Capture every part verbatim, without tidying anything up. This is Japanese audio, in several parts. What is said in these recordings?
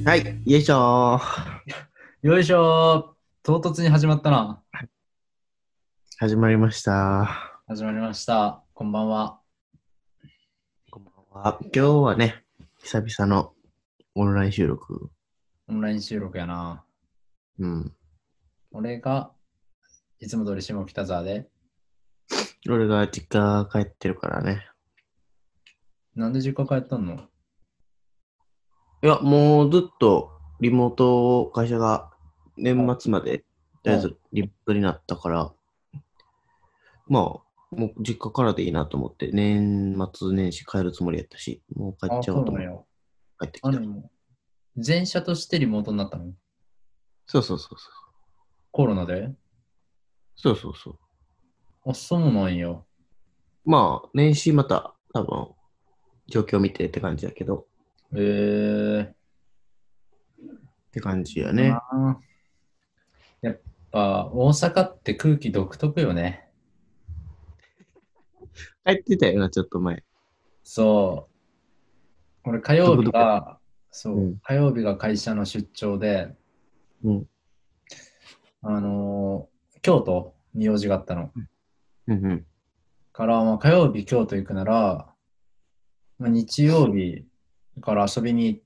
はい、よいしょー。 よいしょー。唐突に始まったな。 始まりました。 始まりました。こんばんは。 こんばんは。今日はね、久々のオンライン収録。 オンライン収録やな。 うん。 俺がいつも通り下北沢で。 俺が実家帰ってるからね。 なんで実家帰ったんの？ いや、もうずっとリモートを会社が年末まで、とりあえうん。 ずリモートになったから、まあ、もう実家からでいいなと思って、年末年始帰るつもりやったし、もう帰っあ、 ちゃおうと思ってそうなんや。 帰ってきた。 あの、もう前者としてリモートになったの？ そうそうそうそコロナで？ う。そうそうそう。 あ、そうなんや。 まあ、年始また多分状況見てって感じだけど、 えー。 って感じやだね。 な。やっぱ大阪って空気独特よね。 帰ってたよな、ちょっと前。 そう。俺火曜日どこどこ。 が、そう、 うん。 火曜日が会社の出張で、 うん。 あのー京都に用事があったの。 うん。うん。 から、まあ、火曜日京都行くなら、まあ、日曜日から遊びに行って、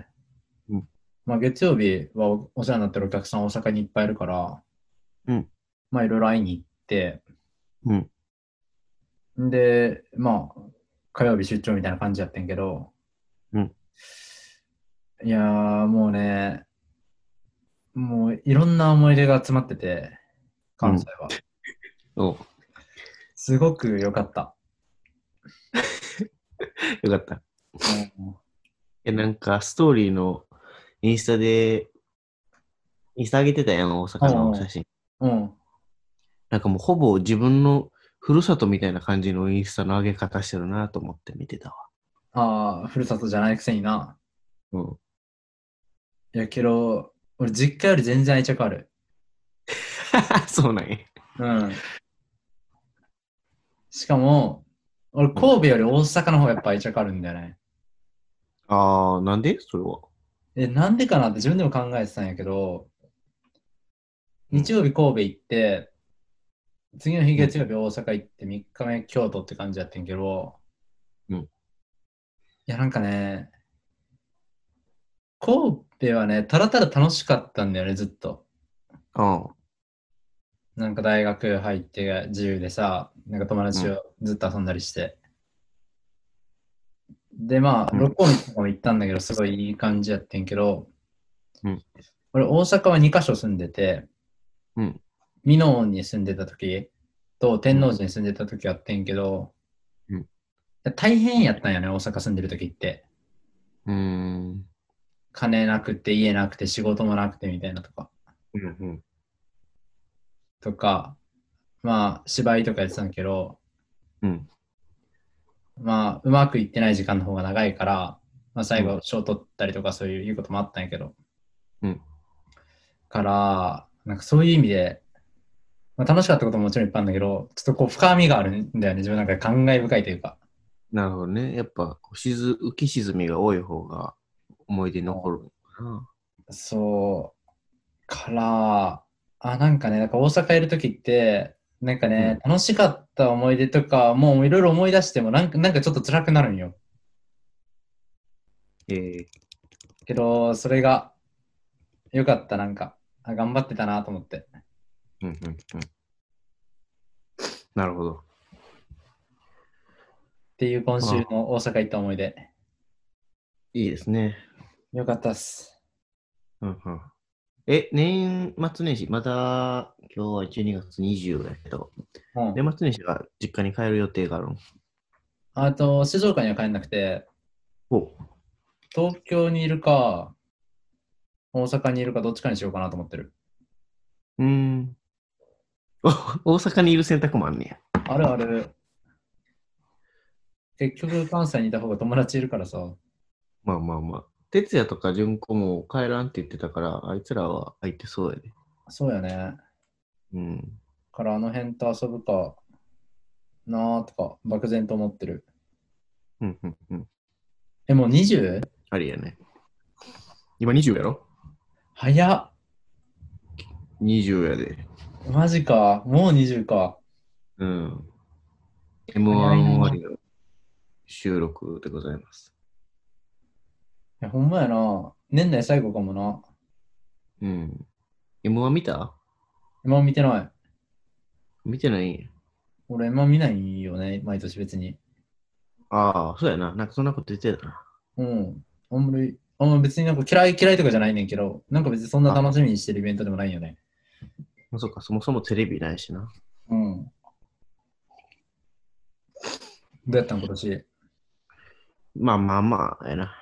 うん。 まあ、月曜日はお、お世話になってるお客さん大阪にいっぱいいるから、 うん。 まあいろいろ会いに行って、 うん。 んで、まあ、火曜日出張みたいな感じやってんけど、 うん。 いやーもうね、もういろんな思い出が集まってて、 うん。 関西は。 お、 すごく良かった。 よかった。 うん。 え、なんか、ストーリーのインスタで、インスタ上げてたやん、大阪のうん。 写真。 うん。 なんかもうほぼ自分のふるさとみたいな感じのインスタの上げ方してるなと思って見てたわ。 ああ、ふるさとじゃないくせにな。 うん。 いやけど、俺実家より全然愛着ある。 そうなんや。 うん。しかも、俺、 うん。 神戸より大阪の方がやっぱ愛着あるんだよね。 あー、なんでそれは。 え、なんでかなって自分でも考えてたんやけど、 うん。 日曜日神戸行って、次の日うん。 月曜日大阪行ってみっかめ京都って感じやってんけど、 うん。 いやなんかね、神戸はね、ただただ楽しかったんだよね、ずっと。 ああ。 なんか大学入って自由でさ、なんか友うん。 達をずっと遊んだりして。で、まあ、 うん。 六本木とかも行ったんだけど、すごいいい感じやってんけど、 うん。 俺大阪はにカ所住んでて、 うん。 箕面に住んでた時と天王うん。 寺に住んでた時やってんけど、 うん。 大変やったんよね、大阪住んでる時って。 うん。 金なくて、家なくて、仕事もなくてみたいなとか。 うん。うん。 とか、まあ、芝居とかやってたんだけど、 うん。 まあ、うまくいってない時間の方が長いから、まあ、最うん。 後、賞取ったりとかそういういうこともあったんやけど、 うん。 から、なんかそういう意味で、まあ、楽しかったことももちろんいっぱいあるんだけど、ちょっとこう、深みがあるんだよね、自分なんか感慨深いというか。 なるほどね。やっぱ、こうしず、浮き沈みが多い方が思い出に残るのかな。 そう、から、あ、なんかね、なんか大阪いるときって、なんかね、 うん。 楽しかった思い出とか、もういろいろ思い出してもなんか、なんかちょっと辛くなるんよ。 えー、 けど、それが良かった、なんか、あ、頑張ってたなと思って。っうんうんうん。なるほど。 ていう今週まあ、 の大阪行った思い出。 いいですね。 よかったっす。 うんうん。え、年末年始、まだ今日はじゅうにがつにじゅうだけど、 うん。 年末年始は実家に帰る予定があるの？ あと、静岡には帰んなくて、 お東京にいるか、大阪にいるか、どっちかにしようかなと思ってる。 うーん。お大阪にいる選択もあんねや。 あるある。結局、関西にいた方が友達いるからさ。 まあまあまあ。哲也とか純子も帰らんって言ってたから、あいつらは空いてそうやで。 そうやね。 うん。 からあの辺と遊ぶかなーとか、漠然と思ってる。 うんうんうん。 え、もう にじゅう？ ありやね。 今にじゅうやろ？ 早っ。 にじゅうやで。 マジか。もうにじゅうか。 うん。エムワン早いな。い終わりの収録でございます。 や、ほんまやな。年内最後かもな。 うん。エムワン 見た？ 今見てない。 見てない？ 俺今見ないよね、毎年別に。 ああ、そうやな。なんかそんなこと言ってたな。 うん。あんまり、あんま別になんか嫌い嫌いとかじゃないねんけど、なんか別にそんなあ、 楽しみにしてるイベントでもないよね。 まあそうか、そもそもテレビないしな。 うん。どうやったん今年？ まあまあまあ、やな。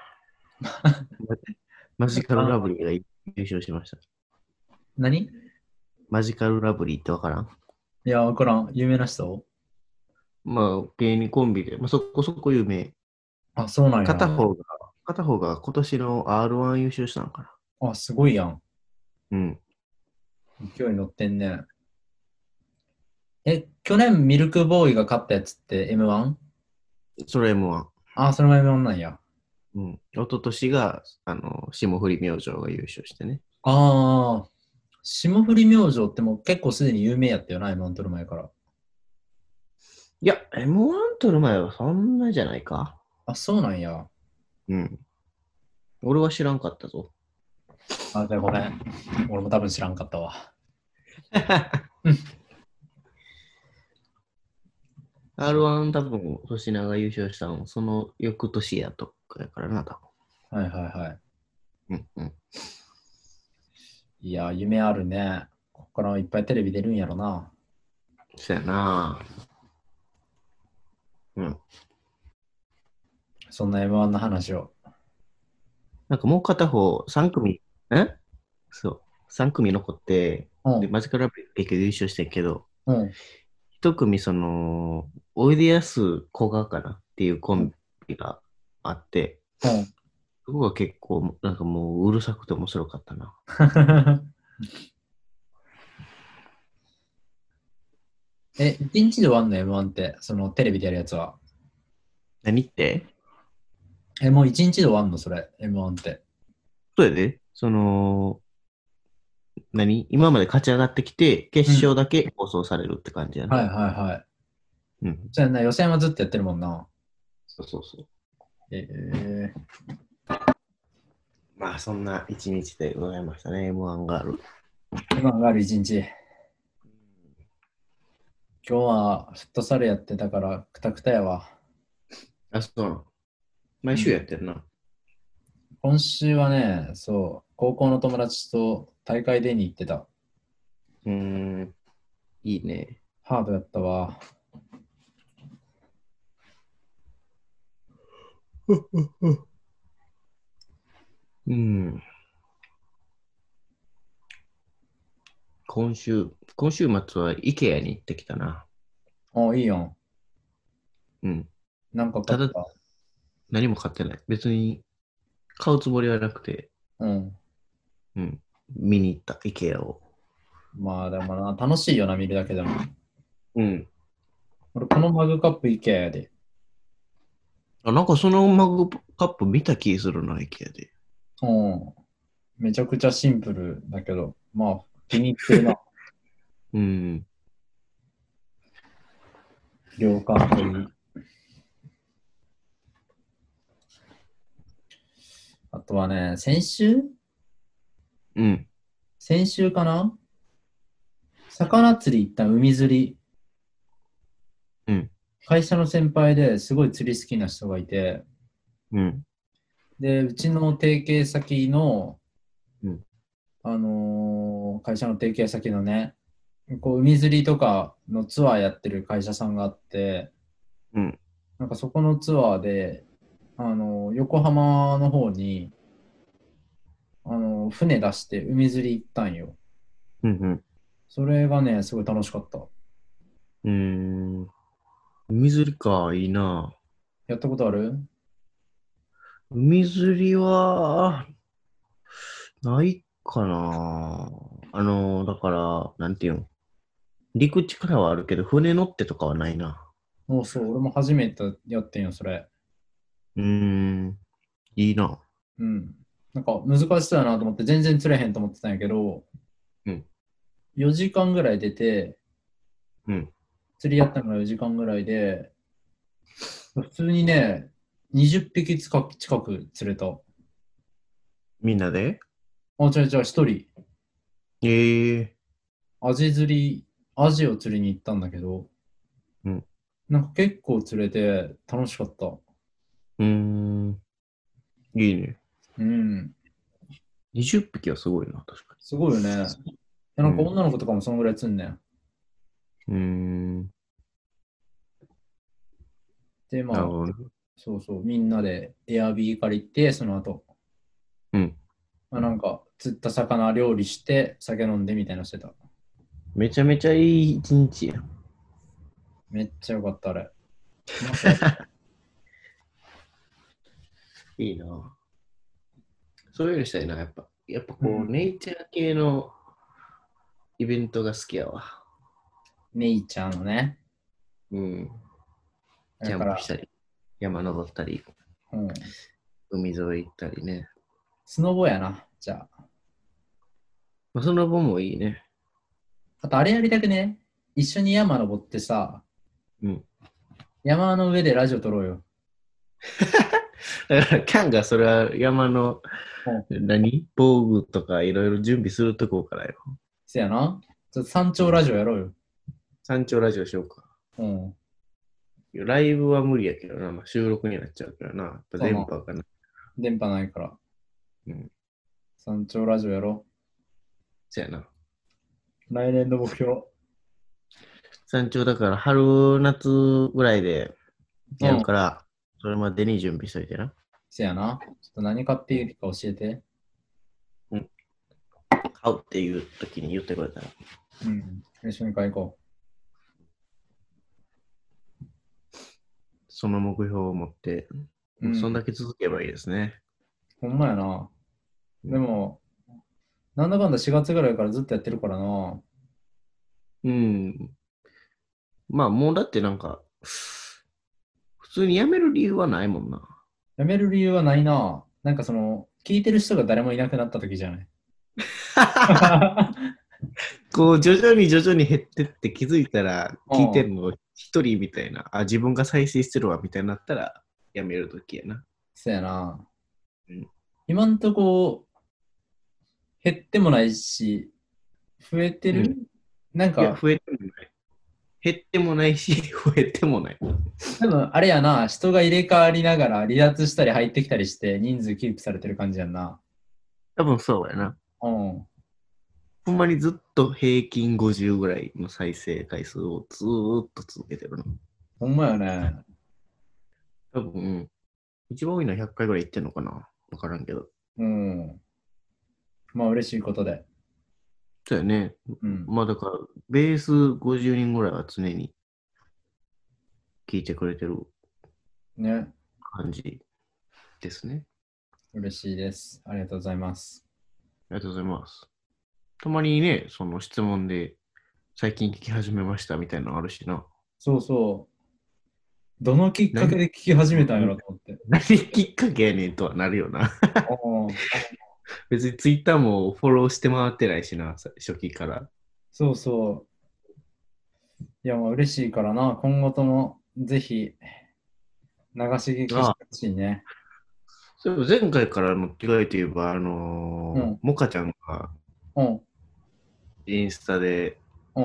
マジカルラブリーが優勝しました。 何？ マジカルラブリーってわからん？ いや、わからん。有名な人？ まあ、芸人コンビで、まあ、そこそこ有名。 あ、そうなんや。 片方が、片方が今年の アールワン 優勝したのかな。 あ、すごいやん。 うん。 勢い乗ってんね。え、去年ミルクボーイが勝ったやつって エムワン？ それ エムワン。 あ、それも エムワン なんや。 うん。一昨年が、あの、霜降り明星が優勝してね。 ああ、霜降り明星ってもう結構すでに有名やったよな、エムワン 取る前から。 いや、エムワン 取る前はそんなじゃないか。 あ、そうなんや。 うん。俺は知らんかったぞ。 あ、じゃあごめん。俺も多分知らんかったわ。 アールワン 多分、粗品が優勝したの、その翌年やとかやからな、多はいはいはい。 分。うんうん。 いや、夢あるね。ここからいっぱいテレビ出るんやろな。 そやな。うん。 そんな エムワン の話を。 なんかもう片方、さん組、えそう、さん組残って、で、 うん、 マジカルラブリー結局優勝してんけど、 うん、 一組、その、おいでやすこがかなっていうコンビがあって、 うん。 そこが結構、なんかもううるさくて面白かったな。 え、一日で終わんの エムワン って、そのテレビでやるやつは。 何って？ え、もう一日で終わんのそれ、エムワン って。 そうやで、その、何今まで勝ち上がってきて、決勝だけ放送されるって感じやな。 はいはいはい。 うん。 そうやな、予選はずっとやってるもんな。 そうそうそう。 えー、 まあ、そんな一日でございましたね、エムワン がある。 今がある一日。今日はフットサルやってたからくたくたやわ。 あ、そうなの。毎週やってるな。 今週はね、そう、高校の友達と大会出に行ってた。 うーん、いいね。 ハードやったわ。 うん。今週、今週末は IKEA に行ってきたな。 あ、いいやん。 うん。 なんか買ただ、 った。 何も買ってない。別に買うつもりはなくて、 うん。 うん。見に行った、IKEA を。 まあでもな、楽しいよな、見るだけでも。 うん。 俺、このマグカップ IKEA やで。 あ、なんかそのマグカップ見た気するな、IKEA で。 うん。めちゃくちゃシンプルだけど、まあ、気に入ってるな。 うん。 量感といい。あとはね、先週うん。 先週かな、魚釣り行った海釣り。 うん。 会社の先輩ですごい釣り好きな人がいて、 うん。 で、うちの提携先の、 うん。 あのー会社の提携先のね、こう海釣りとかのツアーやってる会社さんがあって、 うん。 なんかそこのツアーで、あのー横浜の方に、あのー船出して海釣り行ったんよ。 うん。 それがね、すごい楽しかった。 うん。海釣りか、いいな。 やったことある？ 海釣りは、ないかな。あの、だから、なんていうの。陸地からはあるけど、船乗ってとかはないな。 もうそう、俺も初めてやってんよ、それ。 うーん、いいな。 うん。 なんか難しそうやなと思って全然釣れへんと思ってたんやけど、 うん。 よじかんぐらい出て、 うん。 釣りやったのがよじかんぐらいで、普通にね、にじゅっぴき近く近く釣れた。 みんなであ、違う違う、一人。 ええアジ釣り、アジを釣りに行ったんだけど、 ー。うん。 なんか結構釣れて楽しかった。 うーん。いいね。 うん。 にじゅっぴきはすごいな、確かすごいよね。いやに。 なんかうん。 女の子とかもそのぐらい釣んねん。 うーん。 で、まあ、 なるほどね。 そうそう、みんなでエアビー借りて、その後、 うん。 まあ、なんか釣った魚料理して酒飲んでみたいなのしてた。 めちゃめちゃいい一日やん。 めっちゃよかった、あれ。またやる。 いいな。そういうのしたいな、やっぱ。やっぱこう、 うん。 ネイチャー系のイベントが好きやわ。 ネイチャーのね。 うん。キャだから、 ンプしたり、山登ったり、 うん。 海沿い行ったりね。 スノボやな、じゃあ。 まあ、その分もいいね。 あと、あれやりたくね一緒に山登ってさ、 うん。 山の上でラジオ撮ろうよ。 だから、キャンがそれは山のうん。 何防具とかいろいろ準備するとこからよ。 せやな。ちょっと山うん。 頂ラジオやろうよ。 山頂ラジオしようか。 うん。 ライブは無理やけどな。まあ、収録になっちゃうからな。やっぱそうな。 電波がな。 電波ないから。 うん。 山頂ラジオやろそやな。 う。来年の目標。 山頂だから春夏ぐらいでやるうん。 から、それまでに準備しといてな。 せやな。ちょっと何買っていいか教えて。 うん。買うっていう時に言ってくれたら。 うん。一緒に買い行こその目標を持って、 う。うもうそんん。 だけ続けばいいですね。 ほんまやな。 うん。 でも、なんだかんだしがつぐらいからずっとやってるからな。 うん。まあもうだってなんか、普通に辞める理由はないもんな。 やめる理由はないな。なんかその、聞いてる人が誰もいなくなった時じゃない。 こう徐々に徐々に減ってって気づいたらうん。 聞いてるの一人みたいな、あ、自分が再生してるわみたいになったら辞めるときやな。 そやな。 うん。 今んとこ減ってもないし、増えてるうん。いや、 なんか、 増えてもない。減ってもないし、増えてもない。 多分あれやな、人が入れ替わりながら離脱したり入ってきたりして人数キープされてる感じやんな。 多分そうやな。 うん。 ほんまにずっと平均ごじゅうぐらいの再生回数をずーっと続けてるの。 ほんまよね。 多分、一番多いのはひゃっかいぐらい行ってんのかなわからんけど。 うん。まあ嬉しいことで。 そうやね。 うん。 まあだから、ベースごじゅうにんぐらいは常に聞いてくれてるね。 感じですね。 嬉しいです。ありがとうございます。 ありがとうございます。たまにね、その質問で最近聞き始めましたみたいなのあるしな。 そうそう。どのきっかけ何、 で聞き始めたんやろと思って。 何きっかけやねんとはなるよな。 うん。 別にツイッターもフォローして回ってないしな、さ初期から。 そうそう。いや、まあ嬉しいからな。今後ともぜひ流し聞きしああ、 てほしいね。 そういえば前回からの着替えといえば、あのー、 うん。 モカちゃんがうん。 インスタでうん。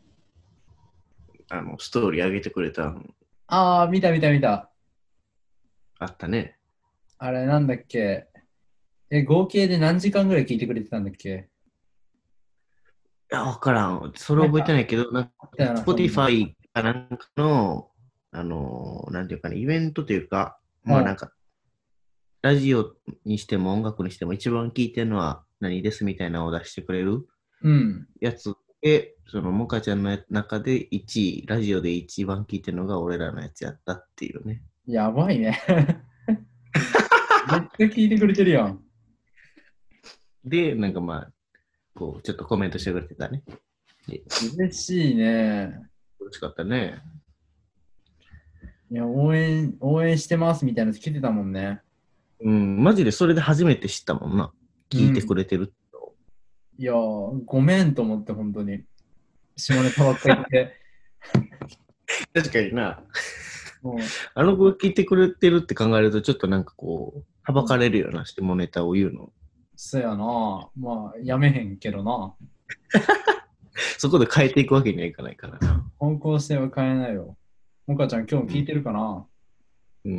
あのストーリー上げてくれたんああ、見た見た見た。 あったね。 あれなんだっけ。え、合計で何時間ぐらい聞いてくれてたんだっけ。 いや、わからん。それ覚えてなんか、 ないけど、なんか、 あったよな、そんな。 Spotify かなんかの、あのー、なんていうかね、イベントというか、 うん。 まあなんか、ラジオにしても音楽にしても一番聴いてるのは何ですみたいなのを出してくれるうん。 やつで、そのモカちゃんの中でいちい、ラジオで一番聴いてるのが俺らのやつやったっていうね。 やばいね。めっちゃ聞いてくれてるやん。 で、なんかまあ、こう、ちょっとコメントしてくれてたね。で嬉しいね。 嬉しかったね。 いや、応援、応援してますみたいなの来てたもんね。 うん、マジでそれで初めて知ったもんな。聞いてくれてる。 いやー、ごめんと思って、本当に。下ネタばっかり言って。 確かにな。 もあの子が聞いてくれてるって考えると、ちょっとなんかこう、はう、うん、 ばかれるような下ネタを言うの。 そやな。まあ、やめへんけどな。 そこで変えていくわけにはいかないからな。 方向性は変えないよ。もかちゃん、今日もうん。 聞いてるかな？ うん、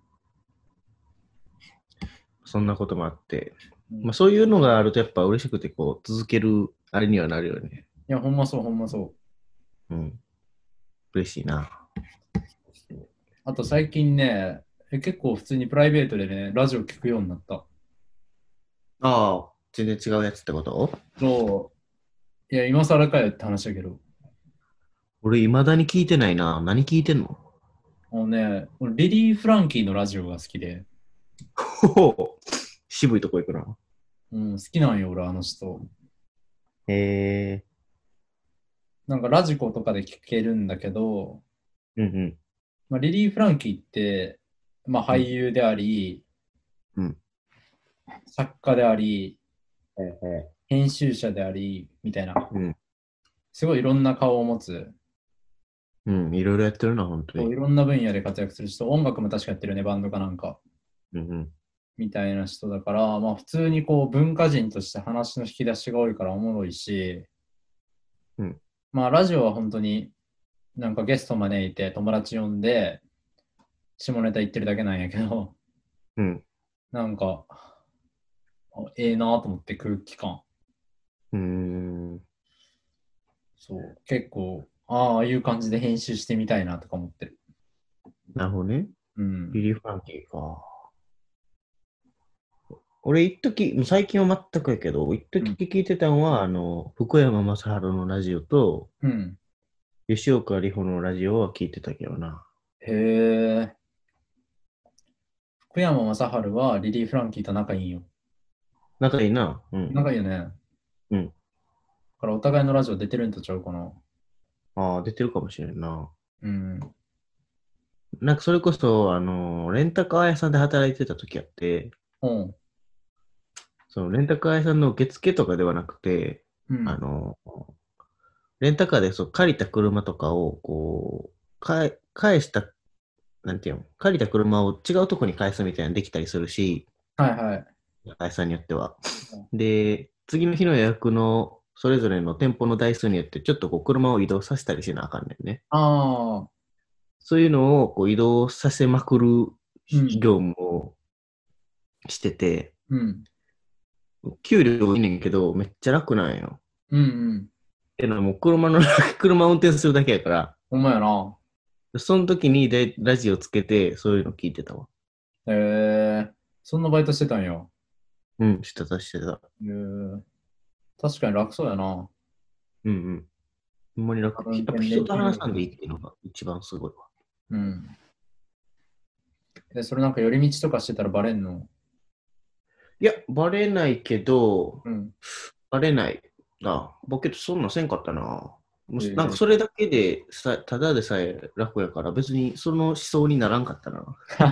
そんなこともあって。 うん、いまあそういうのがあるとやっぱ嬉しくてこう続けるあれにはなるよね。 や、ほんまそう、ほんまそう。 うん。嬉しいな。 あと最近ね、え結構普通にプライベートでね、ラジオ聞くようになった。 ああ、全然違うやつってこと？ そう。いや、今更かよって話だけど。 俺未だに聞いてないな。何聞いてんの？ あのね、俺リリー・フランキーのラジオが好きで、 ほほ渋いとこ行くな。 うん、好きなんよ、俺、あの人。 へえ。 なんかラジコとかで聞けるんだけど、 うんうん。 まあ、リリー・フランキーって、まあ、俳うん。 優であり、 うん。 作家であり、 はいはい。 編集者であり、みたいな、 うん。 すごいいろんな顔を持つ、 うん。いろいろやってるな、本当に。 そういろんな分野で活躍する人、音楽も確かやってるね、バンドかなんか、 うんうん。 みたいな人だから、まあ、普通にこう文化人として話の引き出しが多いからおもろいし、 うん。 まあ、ラジオは本当になんかゲスト招いて友達呼んで、下ネタ言ってるだけなんやけど、 うん。 なんか、あええなと思って空気感。 うーん。 そう、結構、ああ、ああいう感じで編集してみたいなとか思ってる。 なるほどね。 うん。 リリー・フランキーか。俺、一時、もう最近は全くやけど、一うん。 時聞いてたのは、あの、福山雅治のラジオと、 うん。 吉岡里帆のラジオは聞いてたけどな。 へえ。福山雅治はリリー・フランキーと仲いいんよ。 仲いいな。うん。 仲いいよね。だうん。 からお互いのラジオ出てるんとちゃうかな。 ああ、出てるかもしれんな。 うん。 なんかそれこそ、あの、レンタカー屋さんで働いてた時あって、 うん。 そのレンタカー屋さんの受付とかではなくて、 うん。 あの、レンタカーでそう借りた車とかを、こう、返返した、なんていうの、借りた車を違うとこに返すみたいなのできたりするし、 はいはい。 会社によっては。で、次の日の予約のそれぞれの店舗の台数によって、ちょっとこう車を移動させたりしなあかんねんね。 ああ、 そういうのをこう移動させまくるうん。 業務をしてて、 うん。 給料いいねんけど、めっちゃ楽なんよ。 うんうん。 ってのはもう車の、車を運転するだけやから、 ほんまやな。 その時にでラジオつけて、そういうの聞いてたわ。 へえ。そんなバイトしてたんや。 うん、してたしてた。 へえ。確かに楽そうやな。 うんうん。ほんまに楽。 運転でやっぱ人ときる。 話さんでいいっていうのが一番すごいわ。 うん。で、それなんか寄り道とかしてたらバレんの？ いや、バレないけど、 うん。 バレないな。ボケとそんなんせんかったな。もうへえ。 なんかそれだけでさ、ただでさえ楽やから別にその思想にならんかったな。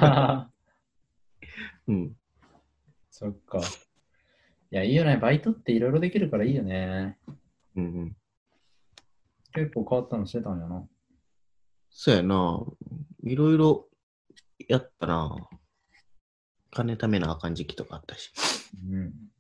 うん。 そっか。いや、いいよね。バイトっていろいろできるからいいよね。 うんうん。 結構変わったのしてたんやな。 そうやな。いろいろやったな。金貯めなあかん時期とかあったし。 うん。